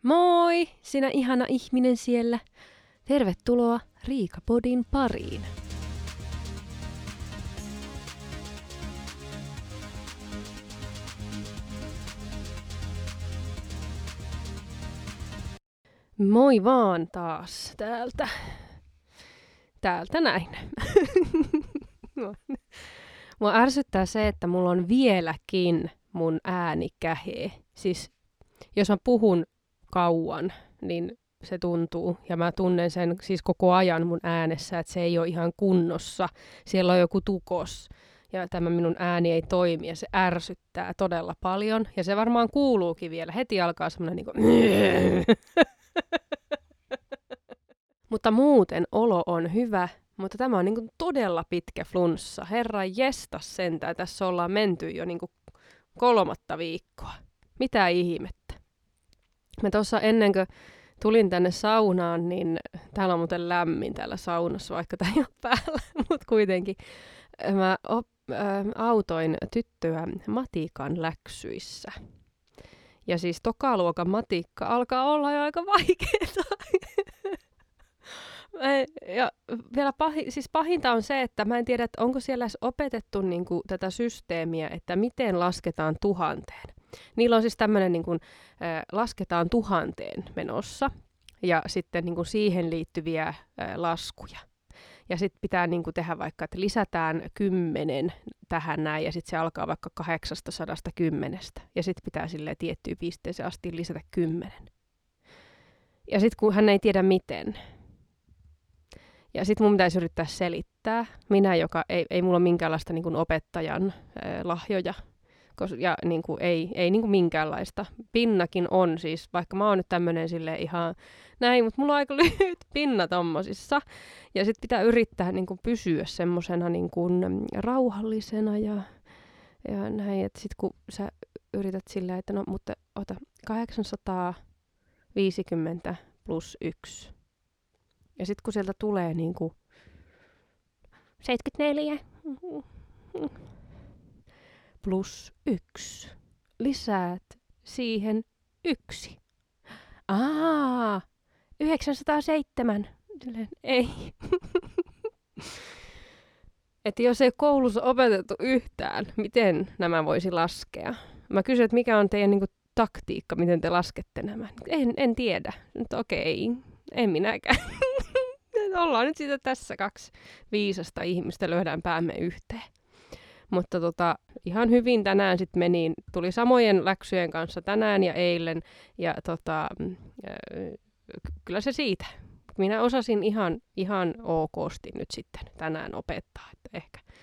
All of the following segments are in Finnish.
Moi, sinä ihana ihminen siellä. Tervetuloa Riikapodin pariin. Moi vaan taas täältä näin. Mua ärsyttää se, että mulla on vieläkin mun ääni kähee. Siis jos mä puhun kauan, niin se tuntuu, ja mä tunnen sen siis koko ajan mun äänessä, että se ei ole ihan kunnossa. Siellä on joku tukos, ja tämä minun ääni ei toimi, ja se ärsyttää todella paljon. Ja se varmaan kuuluukin vielä. Heti alkaa semmoinen niinku... Mutta muuten olo on hyvä, mutta tämä on niinku todella pitkä flunssa. Herra jestas sentään, tässä ollaan menty jo niinku 3. viikkoa. Mitä ihmettä. Mä tuossa ennen kuin tulin tänne saunaan, niin täällä on muuten lämmin täällä saunassa, vaikka tää ei ole päällä, mutta kuitenkin. Mä autoin tyttöä matikan läksyissä. Ja siis tokaluokan matikka alkaa olla jo aika vaikeeta. Ja vielä pahinta on se, että mä en tiedä, että onko siellä edes opetettu niinku tätä systeemiä, että miten lasketaan 1000. Niillä on siis tämmöinen niin kuin, lasketaan 1000 menossa ja sitten niin kuin siihen liittyviä laskuja. Ja sitten pitää niin kuin tehdä vaikka, että lisätään 10 tähän näin ja sitten se alkaa vaikka 810. Ja sitten pitää silleen tiettyyn pisteeseen asti lisätä 10. Ja sitten kun hän ei tiedä miten. Ja sitten mun pitäisi yrittää selittää. Minä, joka ei mulla ole minkäänlaista niin kuin opettajan lahjoja. Ja niin kuin, ei niin kuin minkäänlaista. Pinnakin on siis, vaikka mä oon nyt tämmönen silleen ihan näin, mutta mulla on aika lyhyt pinna tommosissa. Ja sit pitää yrittää niin kuin pysyä semmosena niin kuin rauhallisena ja näin. Että sit kun sä yrität silleen, että no mutta ota 850 plus 1. Ja sit kun sieltä tulee niin kuin 74 plus 1. Lisäät siihen 1. 907. Ei. Että jos ei koulussa opetettu yhtään, miten nämä voisi laskea? Mä kysyn, että mikä on teidän niinku taktiikka, miten te laskette nämä? En tiedä. Mutta okei, en minäkään. Ollaan nyt siitä tässä 2 viisasta ihmistä, löydään päämme yhteen. Mutta ihan hyvin tänään sitten meni, tuli samojen läksyjen kanssa tänään ja eilen, ja kyllä se siitä. Minä osasin ihan okosti nyt sitten tänään opettaa, että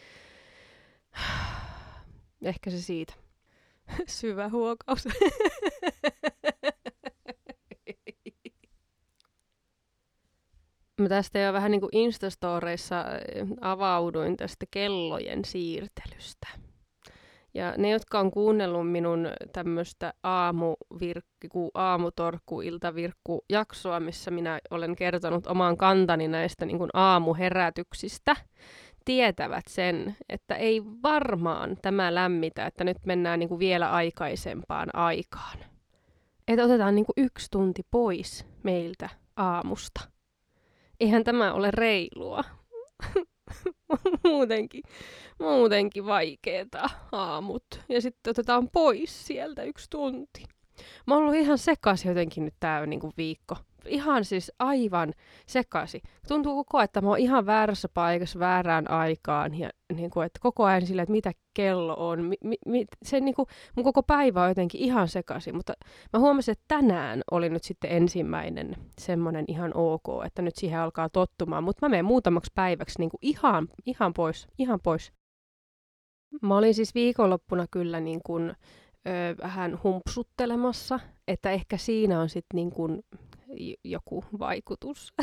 ehkä se siitä. Syvä huokaus. Mä tästä jo vähän niin kuin Instastoreissa avauduin tästä kellojen siirtelystä. Ja ne, jotka on kuunnellut minun tämmöistä aamutorkku-iltavirkku-jaksoa, missä minä olen kertonut oman kantani näistä niin kuin aamuherätyksistä, tietävät sen, että ei varmaan tämä lämmitä, että nyt mennään niin kuin vielä aikaisempaan aikaan. Että otetaan niin kuin 1 tunti pois meiltä aamusta. Eihän tämä ole reilua. muutenkin vaikeeta aamut. Ja sitten otetaan pois sieltä 1 tunti. Mä oon ollut ihan sekaisin jotenkin nyt tää niinku viikko. Ihan siis aivan sekaisin. Tuntuu koko ajan, että mä oon ihan väärässä paikassa väärään aikaan. Ja niinku, että koko ajan sillä, että mitä kello on. Se niinku, mun koko päivä on jotenkin ihan sekaisin. Mutta mä huomasin, että tänään oli nyt sitten ensimmäinen semmonen ihan ok, että nyt siihen alkaa tottumaan. Mutta mä menen muutamaksi päiväksi niinku ihan pois. Mä olin siis viikonloppuna kyllä niin kuin, vähän humpsuttelemassa, että ehkä siinä on sitten niin kuin joku vaikutus.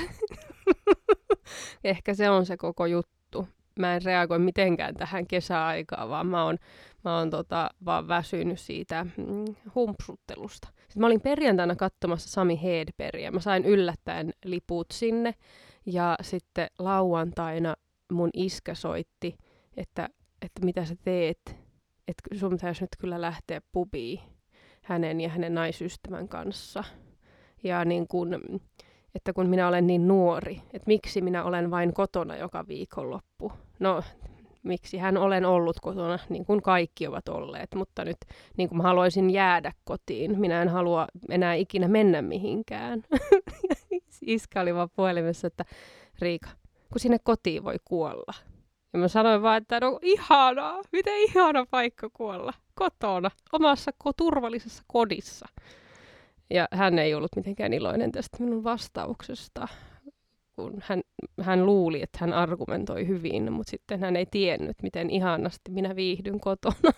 Ehkä se on se koko juttu. Mä en reagoi mitenkään tähän kesäaikaan, vaan mä oon vaan väsynyt siitä humpsuttelusta. Sitten mä olin perjantaina katsomassa Sami Hedbergia. Mä sain yllättäen liput sinne. Ja sitten lauantaina mun iskä soitti, että mitä sä teet. Että sun pitäisi nyt kyllä lähteä pubiin hänen ja hänen naisystävän kanssa. ja niin kuin, että kun minä olen niin nuori, että miksi minä olen vain kotona joka viikonloppu. No, miksi hän olen ollut kotona, niin kuin kaikki ovat olleet, mutta nyt niin kuin mä haluaisin jäädä kotiin. Minä en halua enää ikinä mennä mihinkään. Iskä oli vaan puhelimessa, että Riika, kun sinne kotiin voi kuolla. Ja mä sanoin vaan, että no ihanaa, miten ihana paikka kuolla. Kotona, omassa turvallisessa kodissa. Ja hän ei ollut mitenkään iloinen tästä minun vastauksesta, kun hän luuli, että hän argumentoi hyvin, mutta sitten hän ei tiennyt, miten ihanasti minä viihdyn kotona.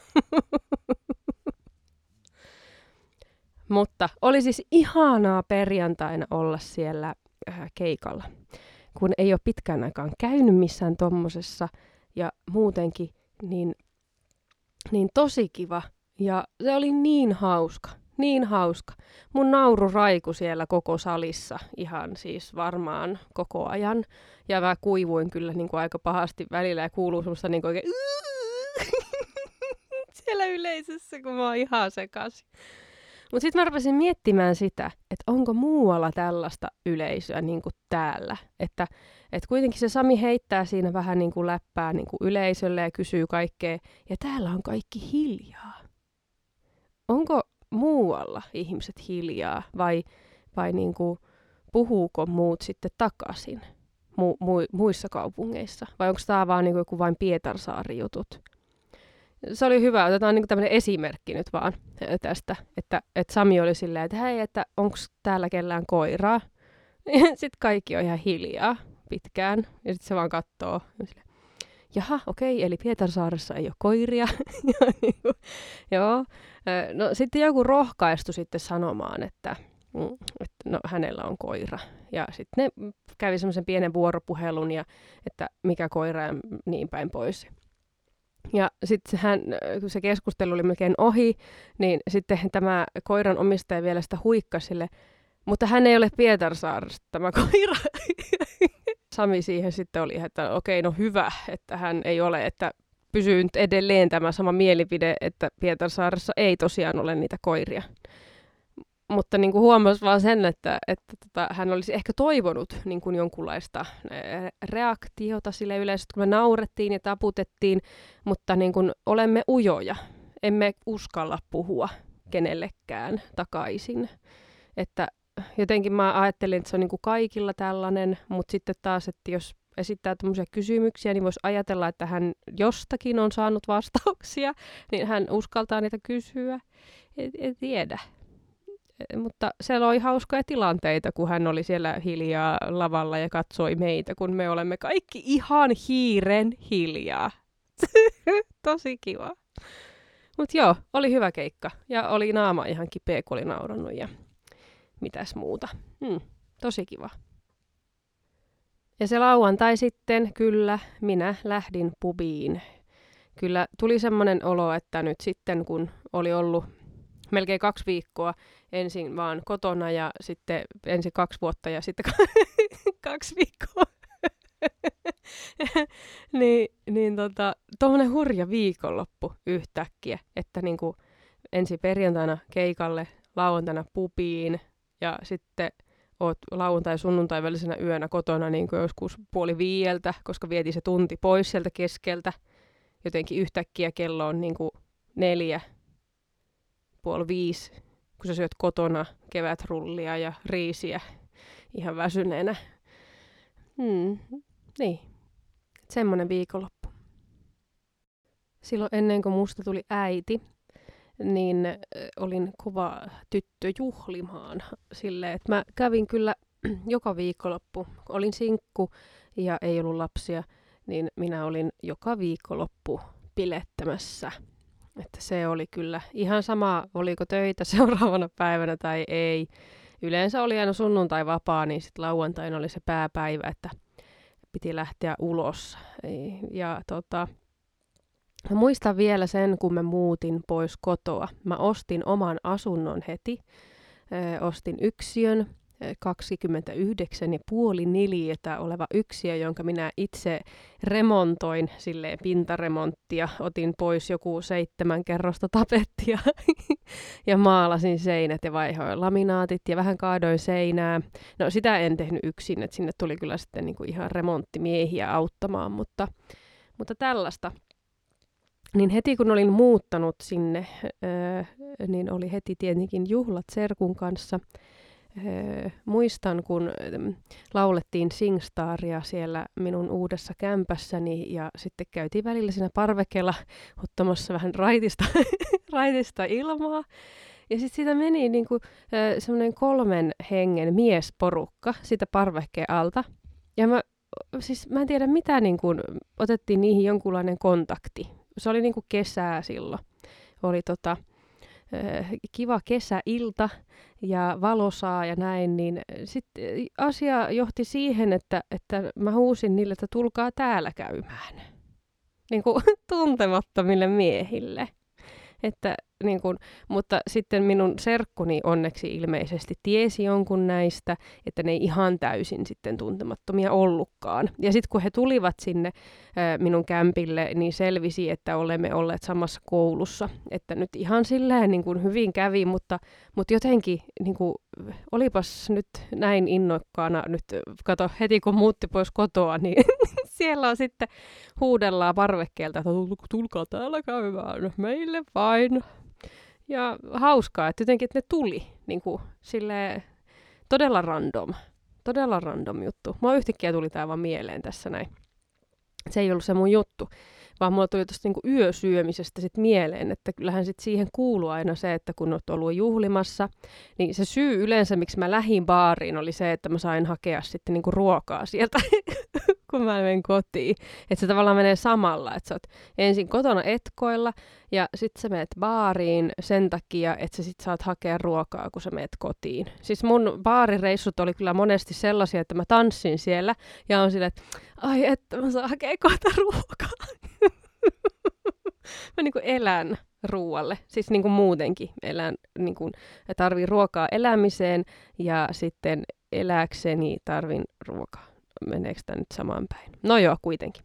Mutta oli siis ihanaa perjantaina olla siellä keikalla, kun ei ole pitkään aikaan käynyt missään tommosessa ja muutenkin niin tosi kiva ja se oli niin hauska. Niin hauska. Mun nauru raiku siellä koko salissa ihan siis varmaan koko ajan. Ja mä kuivuin kyllä niin kuin aika pahasti välillä ja kuuluu semmoista niin kuin oikein siellä yleisössä, kun mä oon ihan sekaisin. Mutta sitten mä rupesin miettimään sitä, että onko muualla tällaista yleisöä niin kuin täällä. Että kuitenkin se Sami heittää siinä vähän niin kuin läppää niin kuin yleisölle ja kysyy kaikkea. Ja täällä on kaikki hiljaa. Onko muualla ihmiset hiljaa vai niin kuin, puhuuko muut sitten takaisin muissa kaupungeissa? Vai onko tämä vaan niin kuin joku vain Pietarsaari-jutut? Se oli hyvä. Otetaan niin kuin tämmöinen esimerkki nyt vaan tästä, että Sami oli silleen, että hei, että onko täällä kellään koiraa? Sitten kaikki on ihan hiljaa pitkään ja sitten se vaan katsoo. Jaha, okei, eli Pietarsaaressa ei ole koiria. Joo. No sitten joku rohkaistu sitten sanomaan, että no, hänellä on koira. Ja sitten ne kävi semmoisen pienen vuoropuhelun, ja että mikä koira ja niin päin pois. Ja sitten kun se keskustelu oli melkein ohi, niin sitten tämä koiran omistaja vielä sitä huikkasi sille, mutta hän ei ole Pietarsaaresta tämä koira. Sami siihen sitten oli, että okei, no hyvä, että hän ei ole, että pysyy nyt edelleen tämä sama mielipide, että Pietarsaaressa ei tosiaan ole niitä koiria. Mutta niin kuin huomasi vaan sen, että hän olisi ehkä toivonut niin kuin jonkunlaista reaktiota sille yleensä, kun me naurettiin ja taputettiin, mutta niin kuin olemme ujoja. Emme uskalla puhua kenellekään takaisin. Että jotenkin mä ajattelin, että se on niin kuin kaikilla tällainen, mutta sitten taas, että jos esittää tämmöisiä kysymyksiä, niin voisi ajatella, että hän jostakin on saanut vastauksia, niin hän uskaltaa niitä kysyä. En tiedä. Mutta siellä oli hauskoja tilanteita, kun hän oli siellä hiljaa lavalla ja katsoi meitä, kun me olemme kaikki ihan hiiren hiljaa. Tosi kiva. Mutta joo, oli hyvä keikka. Ja oli naama ihan kipeä, kun oli naurannut ja mitäs muuta. Tosi kiva. Ja se lauantai sitten, kyllä, minä lähdin pubiin. Kyllä tuli semmoinen olo, että nyt sitten kun oli ollut melkein 2 viikkoa ensin vaan kotona ja sitten ensin 2 vuotta ja sitten 2 viikkoa. Tuommoinen hurja viikonloppu yhtäkkiä, että niinku ensin perjantaina keikalle, lauantaina pubiin ja sitten oot lauantai- ja sunnuntai välisenä yönä kotona niin kuin joskus 4:30, koska vietiin se tunti pois sieltä keskeltä. Jotenkin yhtäkkiä kello on niin kuin 4, 4:30, kun sä syöt kotona kevätrullia ja riisiä ihan väsyneenä. Niin, semmoinen viikonloppu. Silloin ennen kuin musta tuli äiti, niin olin kova tyttö juhlimaan silleen, että mä kävin kyllä joka viikonloppu. Olin sinkku ja ei ollut lapsia, niin minä olin joka viikonloppu bilettämässä. Että se oli kyllä ihan sama, oliko töitä seuraavana päivänä tai ei. Yleensä oli aina sunnuntai vapaa, niin sitten lauantaina oli se pääpäivä, että piti lähteä ulos. Ja mä muistan vielä sen, kun mä muutin pois kotoa. Mä ostin oman asunnon heti. Ostin yksiön 29,5 neliötä oleva yksiö, jonka minä itse remontoin, silleen pintaremonttia. Otin pois joku 7 kerrosta tapettia ja maalasin seinät ja vaihoin laminaatit ja vähän kaadoin seinää. No sitä en tehnyt yksin, että sinne tuli kyllä sitten niinku ihan remonttimiehiä auttamaan, mutta tällaista. Niin heti kun olin muuttanut sinne, niin oli heti tietenkin juhlat serkun kanssa. Muistan, kun laulettiin Singstaria siellä minun uudessa kämpässäni ja sitten käytiin välillä siinä parvekkeella ottamassa vähän raitista ilmaa. Ja sitten siitä meni niinku, semmoinen 3 hengen miesporukka siitä parvekkeen alta. Ja mä en tiedä mitä, niinku, otettiin niihin jonkunlainen kontakti. Se oli niinku kesää silloin. Oli kiva kesäilta ja valosaa ja näin, niin sitten asia johti siihen, että mä huusin niille, että tulkaa täällä käymään. Niinku tuntemattomille miehille. Että, niin kun, mutta sitten minun serkkuni onneksi ilmeisesti tiesi jonkun näistä, että ne ei ihan täysin sitten tuntemattomia ollutkaan. Ja sitten kun he tulivat sinne minun kämpille, niin selvisi, että olemme olleet samassa koulussa. Että nyt ihan silleen niin kuin hyvin kävi, mutta jotenkin niin kuin, olipas nyt näin innokkaana. Nyt kato, heti kun muutti pois kotoa, niin siellä on sitten huudellaan parvekkeelta, että tulkaa täällä käymään, meille vain. Ja hauskaa, että jotenkin että ne tuli niin kuin, silleen, todella random juttu. Mua yhtäkkiä tuli tää vaan mieleen tässä näin. Se ei ollut se mun juttu, vaan mulla tuli tuosta niinku yösyömisestä sit mieleen, että kyllähän sit siihen kuuluu aina se, että kun oot ollut juhlimassa, niin se syy yleensä, miksi mä lähdin baariin, oli se, että mä sain hakea sitten niinku ruokaa sieltä, kun mä menen kotiin. Että se tavallaan menee samalla, että sä oot ensin kotona etkoilla, ja sit sä menet baariin sen takia, että sä sit saat hakea ruokaa, kun sä menet kotiin. Siis mun baarireissut oli kyllä monesti sellaisia, että mä tanssin siellä, ja on silleen, että ai että mä saan hakea kohta ruokaa. Mä niinku elän ruualle, siis niinku muutenkin elän, niinku, tarvin ruokaa elämiseen, ja sitten eläkseni tarvin ruokaa. Meneekö tämä nyt samaan päin? No joo, kuitenkin.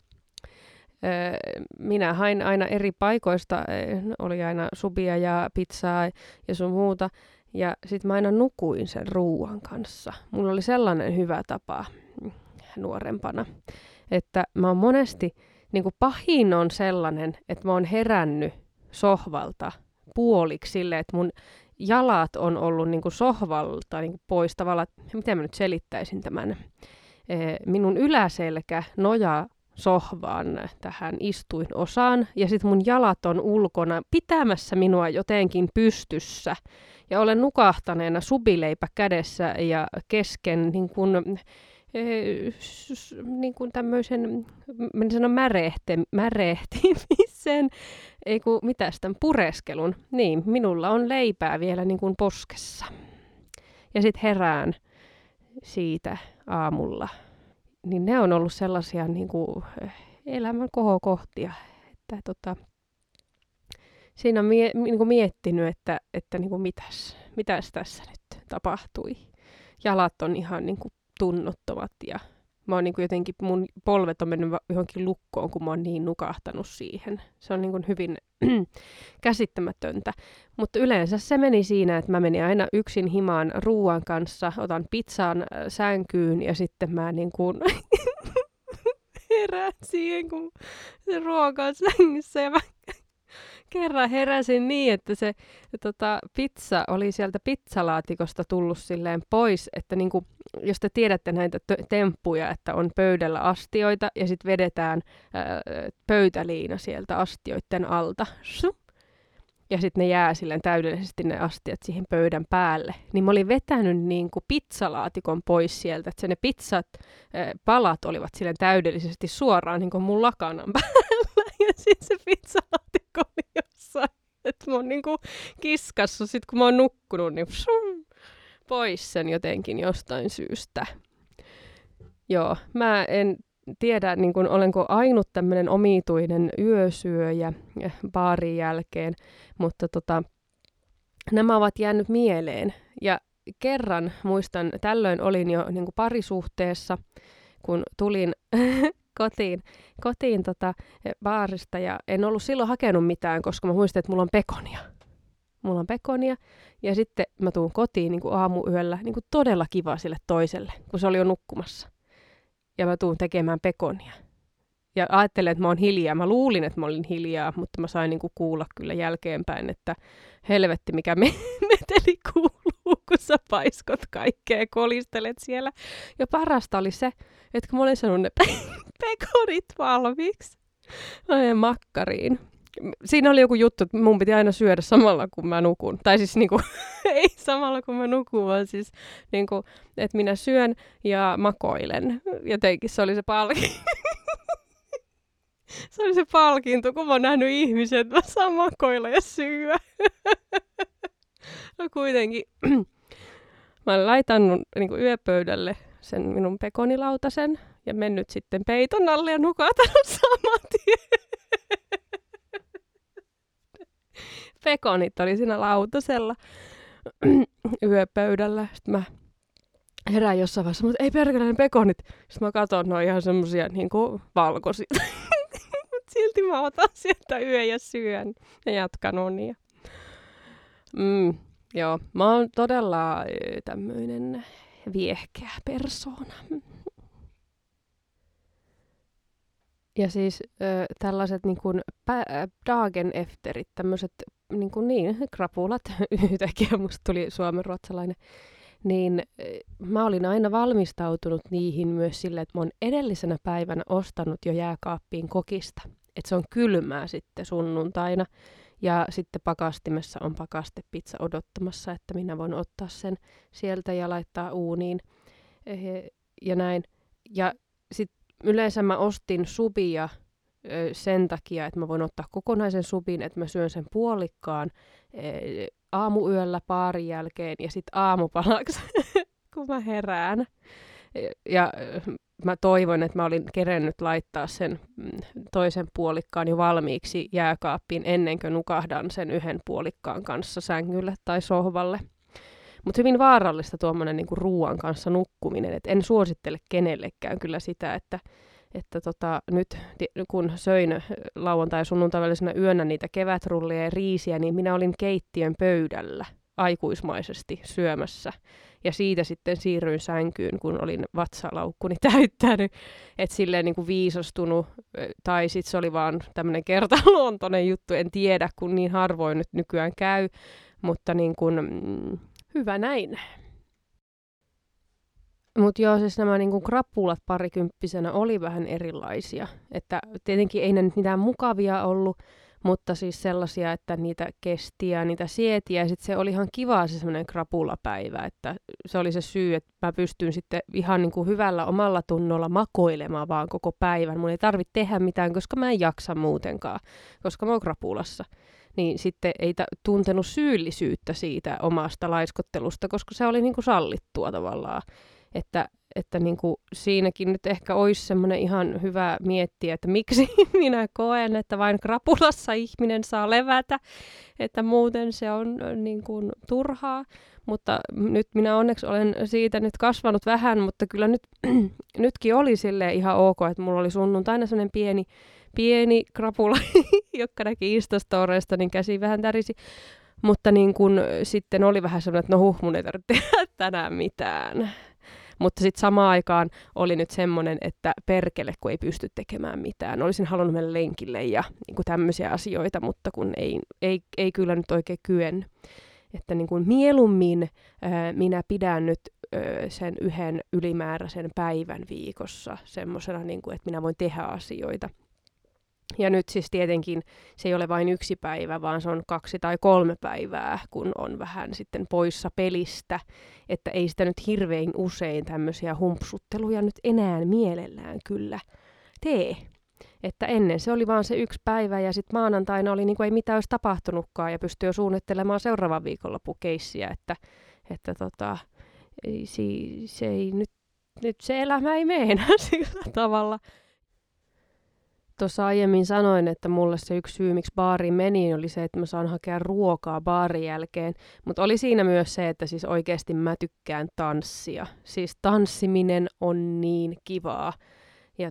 Minä hain aina eri paikoista, oli aina subia ja pizzaa ja sun muuta, ja sitten mä aina nukuin sen ruuan kanssa. Mulla oli sellainen hyvä tapa nuorempana, että mä oon monesti, niin kuin pahin on sellainen, että mä oon herännyt sohvalta puoliksi silleen, että mun jalat on ollut niin kuin sohvalta niin kuin pois tavallaan, miten mä nyt selittäisin tämän. Minun yläselkä nojaa sohvaan tähän istuinosaan ja sitten mun jalat on ulkona pitämässä minua jotenkin pystyssä. Ja olen nukahtaneena subileipä kädessä ja kesken niin kuin tämmöisen, mä sanon märehtimisen, ei kun mitäs tämän pureskelun. Niin, minulla on leipää vielä niin kuin poskessa. Ja sitten herään siitä aamulla. Niin ne on ollut sellaisia niin kuin elämän kohokohtia, että siinä on niin kuin miettinyt, että niin kuin mitäs tässä nyt tapahtui. Jalat on ihan niin kuin tunnottomat ja mä oon niin kuin jotenkin, mun polvet on mennyt johonkin lukkoon, kun mä oon niin nukahtanut siihen. Se on niin kuin hyvin käsittämätöntä. Mutta yleensä se meni siinä, että mä menin aina yksin himaan ruuan kanssa, otan pizzan sänkyyn ja sitten mä niin kuin herään siihen, kun se ruoka on sängyssä ja mä kerran heräsin niin, että se pizza oli sieltä pizzalaatikosta tullut silleen pois, että niinku, jos te tiedätte näitä temppuja, että on pöydällä astioita ja sitten vedetään pöytäliina sieltä astioiden alta. Ja sitten ne jää silleen täydellisesti ne astiat siihen pöydän päälle. Niin mä olin vetänyt niinku pizzalaatikon pois sieltä, että ne pizzat palat olivat silleen täydellisesti suoraan niinku mun lakanan päällä. Ja sitten se pizzalaatikko oli jossain, että mä oon niinku kiskassu sit kun mä oon nukkunut, niin pois sen jotenkin jostain syystä. Joo, mä en tiedä, niin kun, olenko ainut tämmöinen omituinen yösyöjä baarin jälkeen, mutta nämä ovat jäänyt mieleen. Ja kerran muistan, tällöin olin jo niin kuin parisuhteessa, kun tulin kotiin baarista ja en ollut silloin hakenut mitään, koska mä muistin, että mulla on pekonia. Ja sitten mä tuun kotiin niin kuin aamuyöllä niin kuin todella kiva sille toiselle, kun se oli jo nukkumassa. Ja mä tuun tekemään pekonia. Ja ajattelin, että mä oon hiljaa. Mä luulin, että mä olin hiljaa, mutta mä sain niinku kuulla kyllä jälkeenpäin, että helvetti mikä meteli kuuluu, kun sä paiskot kaikkea ja kolistelet siellä. Ja parasta oli se, että kun mä olin sanonut ne pekonit valmiiksi, mä olin makkariin. Siinä oli joku juttu, että mun piti aina syödä samalla, kun mä nukun. Tai siis niinku, ei samalla, kun mä nukun, vaan siis niinku, että minä syön ja makoilen. Jotenkin se oli se Se oli se palkinto, kun mä oon nähnyt ihmiset, että mä saan makoilla ja syödä. No kuitenkin, mä olen laitannut niin kuin yöpöydälle sen minun pekonilautasen ja mennyt sitten peiton alle ja nukatanut saman tien. Pekonit oli siinä lautasella yöpöydällä. Sitten mä herään jossain vaiheessa, mutta ei perkele ne pekonit. Sitten mä katson, ne on ihan semmosia niin kuin valkoisia. Silti mä otan sieltä yön ja syön ja jatkan unia. Joo, mä oon todella tämmöinen viehkeä persoona. Ja siis tällaiset niin kuin dagen efterit, tämmöiset niin, krapulat, yhtäkkiä musta tuli suomenruotsalainen, niin mä olin aina valmistautunut niihin myös sille, että mä oon edellisenä päivänä ostanut jo jääkaappiin kokista. Että se on kylmää sitten sunnuntaina. Ja sitten pakastimessa on pakastepizza odottamassa, että minä voin ottaa sen sieltä ja laittaa uuniin ja näin. Ja sitten yleensä mä ostin subia sen takia, että mä voin ottaa kokonaisen subin, että mä syön sen puolikkaan aamuyöllä baarin jälkeen ja sitten aamupalaksi, kun mä herään. Ja mä toivon, että mä olin kerennyt laittaa sen toisen puolikkaan jo valmiiksi jääkaappiin ennen kuin nukahdan sen yhden puolikkaan kanssa sängylle tai sohvalle. Mutta hyvin vaarallista tuommoinen niinku ruoan kanssa nukkuminen. Et en suosittele kenellekään kyllä sitä, että nyt kun söin lauantai- ja sunnuntai välisenä yönä niitä kevätrullia ja riisiä, niin minä olin keittiön pöydällä aikuismaisesti syömässä. Ja siitä sitten siirryin sänkyyn, kun olin vatsalaukkuni täyttänyt. Että silleen niin kuin viisastunut, tai sitten se oli vaan tämmöinen kertaluontoinen juttu, en tiedä, kun niin harvoin nyt nykyään käy. Mutta niin kuin, hyvä näin. Mutta joo, siis nämä niin kuin krapulat parikymppisenä oli vähän erilaisia. Että tietenkin ei ne nyt mitään mukavia ollut, mutta siis sellaisia, että niitä kesti ja niitä sieti. Ja sitten se oli ihan kiva se semmoinen krapulapäivä, että se oli se syy, että mä pystyn sitten ihan niin kuin hyvällä omalla tunnolla makoilemaan vaan koko päivän. Mun ei tarvitse tehdä mitään, koska mä en jaksa muutenkaan, koska mä oon krapulassa. Niin sitten ei tuntenut syyllisyyttä siitä omasta laiskottelusta, koska se oli niin kuin sallittua tavallaan. Että niin kuin siinäkin nyt ehkä olisi semmoinen ihan hyvä miettiä, että miksi minä koen, että vain krapulassa ihminen saa levätä, että muuten se on niin kuin turhaa. Mutta nyt minä onneksi olen siitä nyt kasvanut vähän, mutta kyllä nytkin oli silleen ihan ok, että mulla oli sunnuntaina semmoinen pieni krapula, joka näki Instastoreista, niin käsi vähän tärisi. Mutta niin kun sitten oli vähän semmoinen, että mun ei tarvitse tehdä tänään mitään. Mutta sitten samaan aikaan oli nyt semmoinen, että perkele, kun ei pysty tekemään mitään. Olisin halunnut mennä lenkille ja niin kuin tämmöisiä asioita, mutta kun ei kyllä nyt oikein kyennyt. Että niin kuin mieluummin minä pidän nyt sen yhden ylimääräisen päivän viikossa semmoisena, niin kuin, että minä voin tehdä asioita. Ja nyt siis tietenkin se ei ole vain yksi päivä, vaan se on 2 tai 3 päivää, kun on vähän sitten poissa pelistä. Että ei sitä nyt hirveän usein tämmöisiä humpsutteluja nyt enää mielellään kyllä tee. Että ennen se oli vaan se 1 päivä ja sitten maanantaina oli niin kuin ei mitään olisi tapahtunutkaan ja pystyi jo suunnittelemaan seuraavan viikonloppukeissiä. Että se ei nyt se elämä ei mene enää sillä tavalla. Tuossa aiemmin sanoin, että mulle se yksi syy, miksi baariin meni, oli se, että mä saan hakea ruokaa baarin jälkeen. Mutta oli siinä myös se, että siis oikeasti mä tykkään tanssia. Siis tanssiminen on niin kivaa. Ja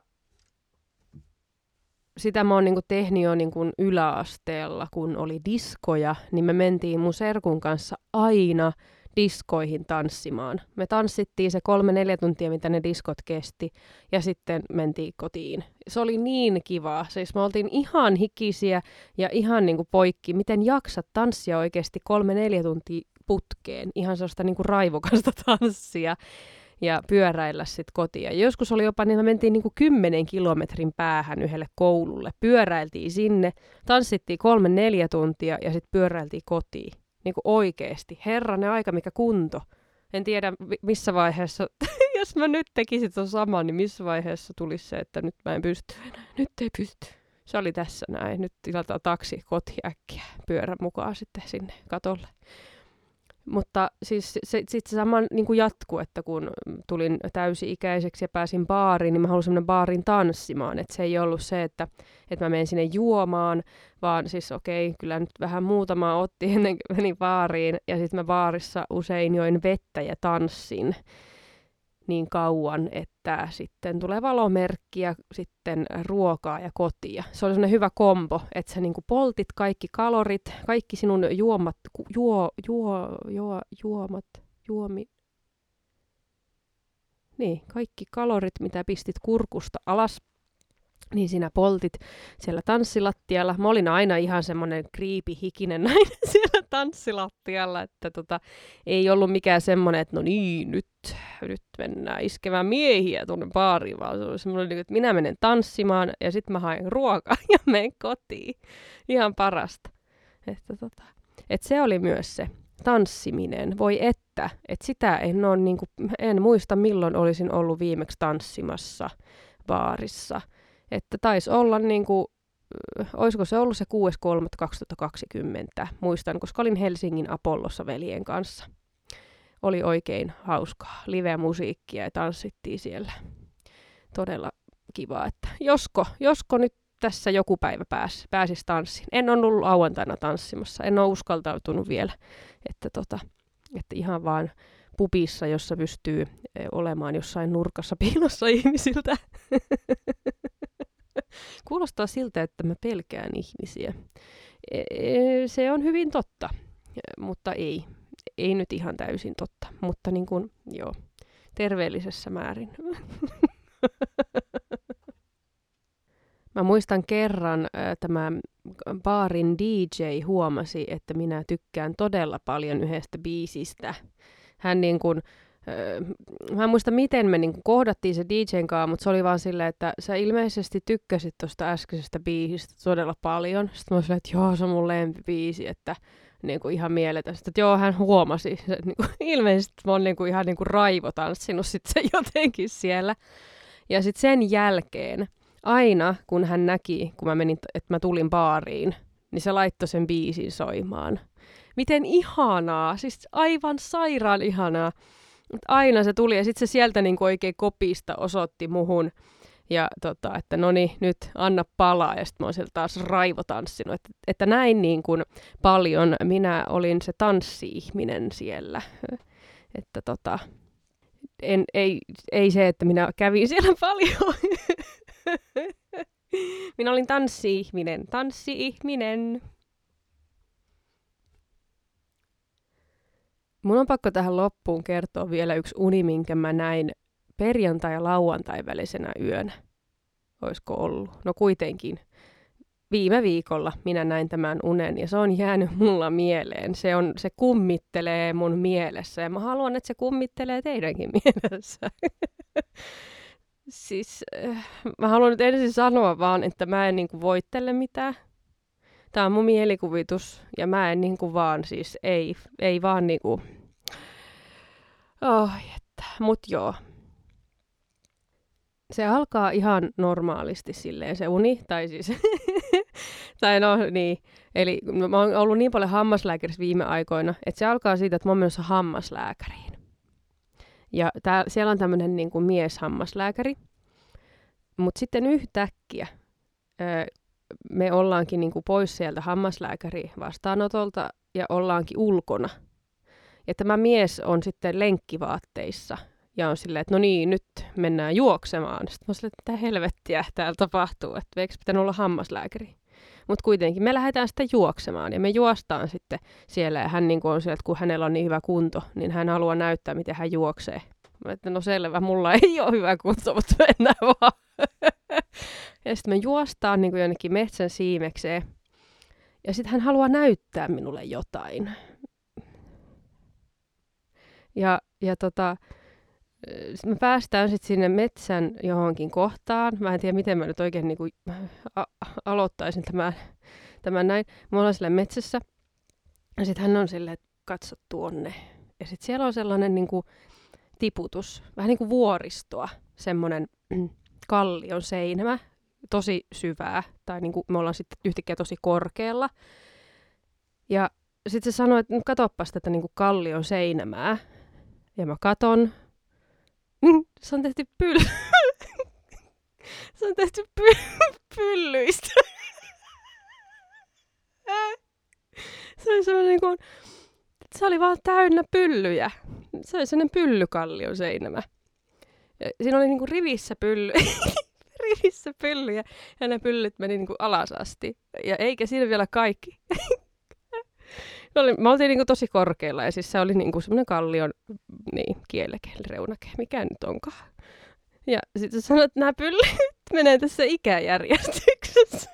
sitä mä oon niinku tehnyt jo niinku yläasteella, kun oli diskoja, niin me mentiin mun serkun kanssa aina diskoihin tanssimaan. Me tanssittiin se 3-4 tuntia, mitä ne diskot kesti, ja sitten mentiin kotiin. Se oli niin kivaa. Siis me oltiin ihan hikisiä ja ihan niinku poikki. Miten jaksat tanssia oikeasti 3-4 tuntia putkeen? Ihan sellaista niinku raivokasta tanssia. Ja pyöräillä sitten kotiin. Ja joskus oli jopa, niin me mentiin niinku 10 kilometrin päähän yhdelle koululle. Pyöräiltiin sinne, tanssittiin 3-4 tuntia ja sitten pyöräiltiin kotiin. Niinku oikeesti. Herranen aika, mikä kunto. En tiedä missä vaiheessa, jos mä nyt tekisin ton saman, niin missä vaiheessa tulisi se, että nyt mä en pysty enää. Nyt ei pysty. Se oli tässä näin. Nyt tilataan taksi kotiin äkkiä pyörän mukaan sitten sinne katolle. Mutta siis se sama niin kuin jatkuu, että kun tulin täysi-ikäiseksi ja pääsin baariin, niin mä halusin mennä baariin tanssimaan. Että se ei ollut se, että mä menen sinne juomaan, vaan siis okei, kyllä nyt vähän muutamaa otti ennen kuin menin baariin. Ja sitten mä baarissa usein join vettä ja tanssin niin kauan, että sitten tulee valomerkki ja sitten ruokaa ja kotia. Se oli sellainen hyvä kombo, että sä niinku poltit kaikki kalorit, kaikki sinun kaikki kalorit, mitä pistit kurkusta alas, niin sinä poltit siellä tanssilattialla. Mä olin aina ihan semmoinen kriipihikinen nainen siellä tanssilattialla, että ei ollut mikään semmoinen, että no niin, nyt mennään iskemään miehiä tuonne baariin, vaan se oli semmoinen, että minä menen tanssimaan ja sitten mä haen ruokaa ja menen kotiin. Ihan parasta. Että se oli myös se tanssiminen. Voi että sitä en muista milloin olisin ollut viimeksi tanssimassa baarissa. Että taisi olla olisiko se ollut se 6.3.2020, muistan, koska olin Helsingin Apollossa veljen kanssa. Oli oikein hauskaa, live-musiikkia ja tanssittiin siellä. Todella kiva, että josko nyt tässä joku päivä pääsisi tanssiin. En ole ollut lauantaina tanssimassa, en ole uskaltautunut vielä, että ihan vaan pubissa, jossa pystyy olemaan jossain nurkassa piilossa ihmisiltä. Kuulostaa siltä, että mä pelkään ihmisiä. Se on hyvin totta, mutta ei nyt ihan täysin totta, mutta niin kuin, joo, terveellisessä määrin. Mä muistan kerran tämä baarin DJ huomasi, että minä tykkään todella paljon yhdestä biisistä. Hän mä en muista miten me kohdattiin se DJn kanssa, mutta se oli vaan silleen, että sä ilmeisesti tykkäsit tosta äskeisestä biisistä todella paljon. Sitten mä olin silleen, että joo, se on mun lempibiisi, että ihan mieletön. Sitten, että joo, hän huomasi. Ilmeisesti mä oon ihan raivotanssinut sitten se jotenkin siellä. Ja sitten sen jälkeen, aina kun hän näki, kun että mä tulin baariin, niin se laittoi sen biisin soimaan. Miten ihanaa, siis aivan sairaan ihanaa. Aina se tuli ja sitten se sieltä oikein kopista osoitti muhun. Ja että noni, nyt anna palaa. Ja sitten mä oon sieltä taas raivotanssinut. Että näin paljon minä olin se tanssi-ihminen siellä. Että ei se, että minä kävin siellä paljon. Minä olin tanssi-ihminen. Mun on pakko tähän loppuun kertoa vielä yksi uni, minkä mä näin perjantai- ja lauantai välisenä yönä. Oisko ollut? No kuitenkin. Viime viikolla minä näin tämän unen ja se on jäänyt mulla mieleen. Se kummittelee mun mielessä ja mä haluan, että se kummittelee teidänkin mielessä. Siis mä haluan nyt ensin sanoa vaan, että mä en voittele mitään. Tää on mun mielikuvitus ja mä en vaan siis ei vaan mut joo. Se alkaa ihan normaalisti silleen se uni, tai siis, tai no niin, eli mä oon ollut niin paljon hammaslääkärissä viime aikoina, että se alkaa siitä, että mä oon menossa hammaslääkäriin. Ja siellä on tämmönen mieshammaslääkäri, mutta sitten yhtäkkiä me ollaankin niin kuin pois sieltä hammaslääkäri vastaanotolta ja ollaankin ulkona. Ja tämä mies on sitten lenkkivaatteissa ja on silleen, että no niin, nyt mennään juoksemaan. Sitten mä silleen, että mitä helvettiä täällä tapahtuu, että eikö pitänyt olla hammaslääkäri. Mutta kuitenkin me lähdetään sitten juoksemaan ja me juostaan sitten siellä ja hän niin kuin on siellä, että kun hänellä on niin hyvä kunto, niin hän haluaa näyttää, miten hän juoksee. Mä että no selvä, mulla ei ole hyvä kunto, mutta mennään vaan. Ja sitten me juostaan niin kuin jonnekin metsän siimekseen. Ja sitten hän haluaa näyttää minulle jotain. Ja sitten me päästään sitten sinne metsän johonkin kohtaan. Mä en tiedä, miten mä nyt oikein niin kuin aloittaisin tämän näin. Me ollaan siellä metsässä. Ja sitten hän on silleen, että katso tuonne. Ja sitten siellä on sellainen niin kuin tiputus, vähän niin kuin vuoristoa, semmoinen kallion seinämä, tosi syvää, tai niin kuin me ollaan sitten yhtäkkiä tosi korkealla. Ja sitten se sanoi, että katoppas tätä niin kuin kallion seinämää. Ja mä katon. Se on tehty Se on tehty pyllyistä. Se oli semmoinen niin kuin, se oli vaan täynnä pyllyjä. Se oli sellainen pyllykallion seinämä. Ja siinä oli niinku rivissä pyllyjä ja ne pyllyt meni niinku alas asti. Ja eikä siinä vielä kaikki. Me oltiin niinku tosi korkealla ja siis se oli niinku semmoinen kallion kieleke, reunake, mikä nyt onkaan. Ja sitten sanoit, että nämä pyllyt menee tässä ikäjärjestyksessä.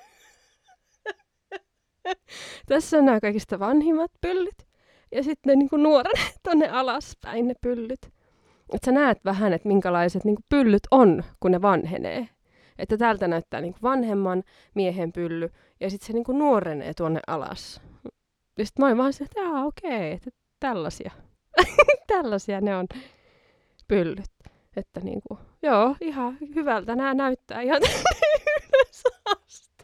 Tässä on nämä kaikista vanhimmat pyllyt. Ja sitten ne niinku nuoreneet tonne alaspäin ne pyllyt. Että sä näet vähän, että minkälaiset niinku pyllyt on, kun ne vanhenee. Että täältä näyttää niinku vanhemman miehen pylly, ja sitten se niinku nuorenee tuonne alas. Ja sitten mä olin vaan se, että okei, että tällaisia. Tällaisia ne on pyllyt. Että niinku, joo, ihan hyvältä nämä näyttää ihan ylös asti.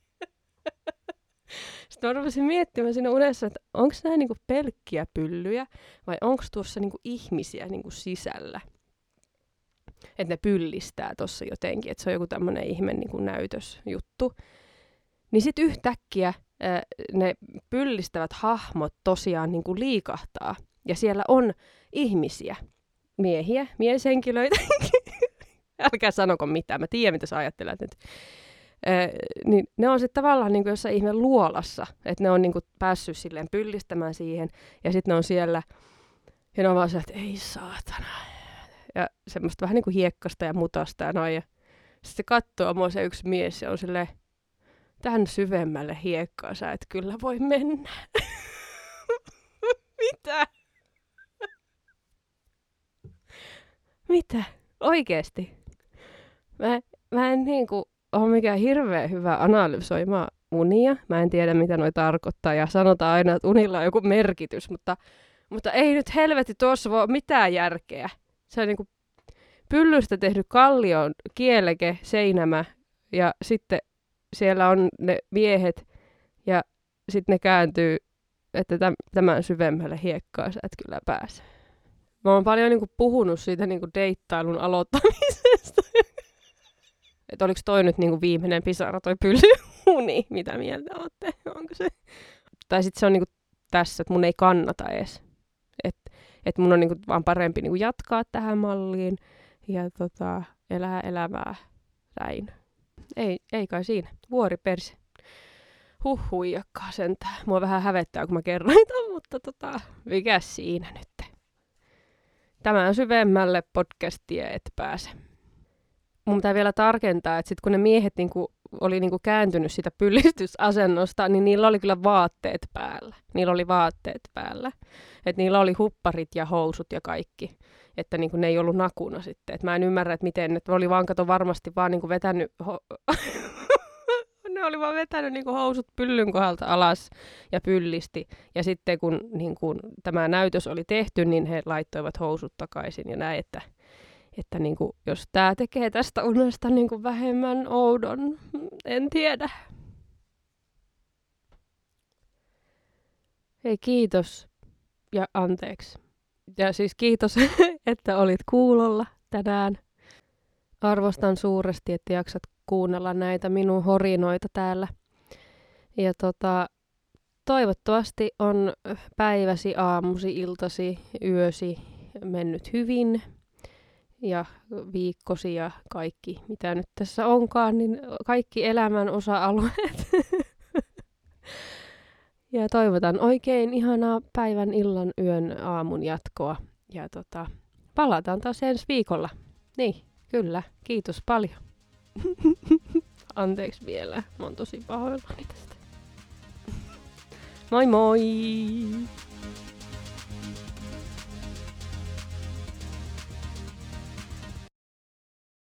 Sitten mä rupesin miettimään siinä unessa, että onko nämä niinku pelkkiä pyllyjä vai onko tuossa niinku ihmisiä niinku sisällä. Että ne pyllistää tuossa jotenkin, että se on joku tämmöinen ihme niinku näytösjuttu. Niin sitten yhtäkkiä ne pyllistävät hahmot tosiaan niinku liikahtaa. Ja siellä on ihmisiä, miehiä, mieshenkilöitä. Älkää sanoko mitään, mä tiedän mitä sä ajattelet nyt. Niin ne on sitten tavallaan niinku jossain ihme luolassa, että ne on niinku päässyt silleen pyllistämään siihen, ja sitten ne on siellä, ja ne on vaan se, että ei saatana. Ja semmoista vähän niinku hiekkasta ja mutasta ja noin. Ja sitten se katsoo mua se yksi mies ja on silleen, tän syvemmälle hiekkaa sä et kyllä voi mennä. Mitä? Mitä? Oikeesti? Mä en niinku ole mikään hirveän hyvä analysoimaan unia. Mä en tiedä, mitä noi tarkoittaa. Ja sanotaan aina, että unilla on joku merkitys. Mutta ei nyt helvetti tuossa voi mitään järkeä. Se on niinku pyllystä tehty kallion kieleke, seinämä. Ja sitten siellä on ne miehet. Ja sitten ne kääntyy, että tämän syvemmälle hiekkaa sä et kyllä pääse. Mä oon paljon niinku puhunut siitä niinku deittailun aloittamisesta. Että oliko toi nyt niinku viimeinen pisara, toi pyllyuni? Mitä mieltä ootte? Onko se? Tai sitten se on niinku tässä, että mun ei kannata edes. Että mun on niinku vaan parempi niinku jatkaa tähän malliin ja elää elämää näin. Ei kai siinä. Vuoriperse. Huijakkaa sentään. Mua vähän hävettää, kun mä kerroin tämän, mutta mikä siinä nyt? Tämän syvemmälle podcastia et pääse. Mun pitää vielä tarkentaa, että sit kun ne miehet oli kääntynyt sitä pyllistysasennosta, niin niillä oli kyllä vaatteet päällä. Että niillä oli hupparit ja housut ja kaikki. Että ne ei ollut nakuna sitten. Et mä en ymmärrä, että miten ne oli vaan varmasti vaan vetänyt... Ne oli vaan vetänyt housut pyllyn kohdalta alas ja pyllisti. Ja sitten kun tämä näytös oli tehty, niin he laittoivat housut takaisin ja näin, että jos tämä tekee tästä unesta vähemmän oudon, en tiedä. Hei, kiitos ja anteeksi. Ja siis kiitos, että olit kuulolla tänään. Arvostan suuresti, että jaksat kuunnella näitä minun horinoita täällä. Ja toivottavasti on päiväsi, aamusi, iltasi, yösi mennyt hyvin. Ja viikkosi ja kaikki, mitä nyt tässä onkaan, niin kaikki elämän osa-alueet. Ja toivotan oikein ihanaa päivän, illan, yön, aamun jatkoa. Ja palataan taas ensi viikolla. Niin, kyllä. Kiitos paljon. Anteeksi vielä. Mä oon tosi pahoillani tästä. Moi moi!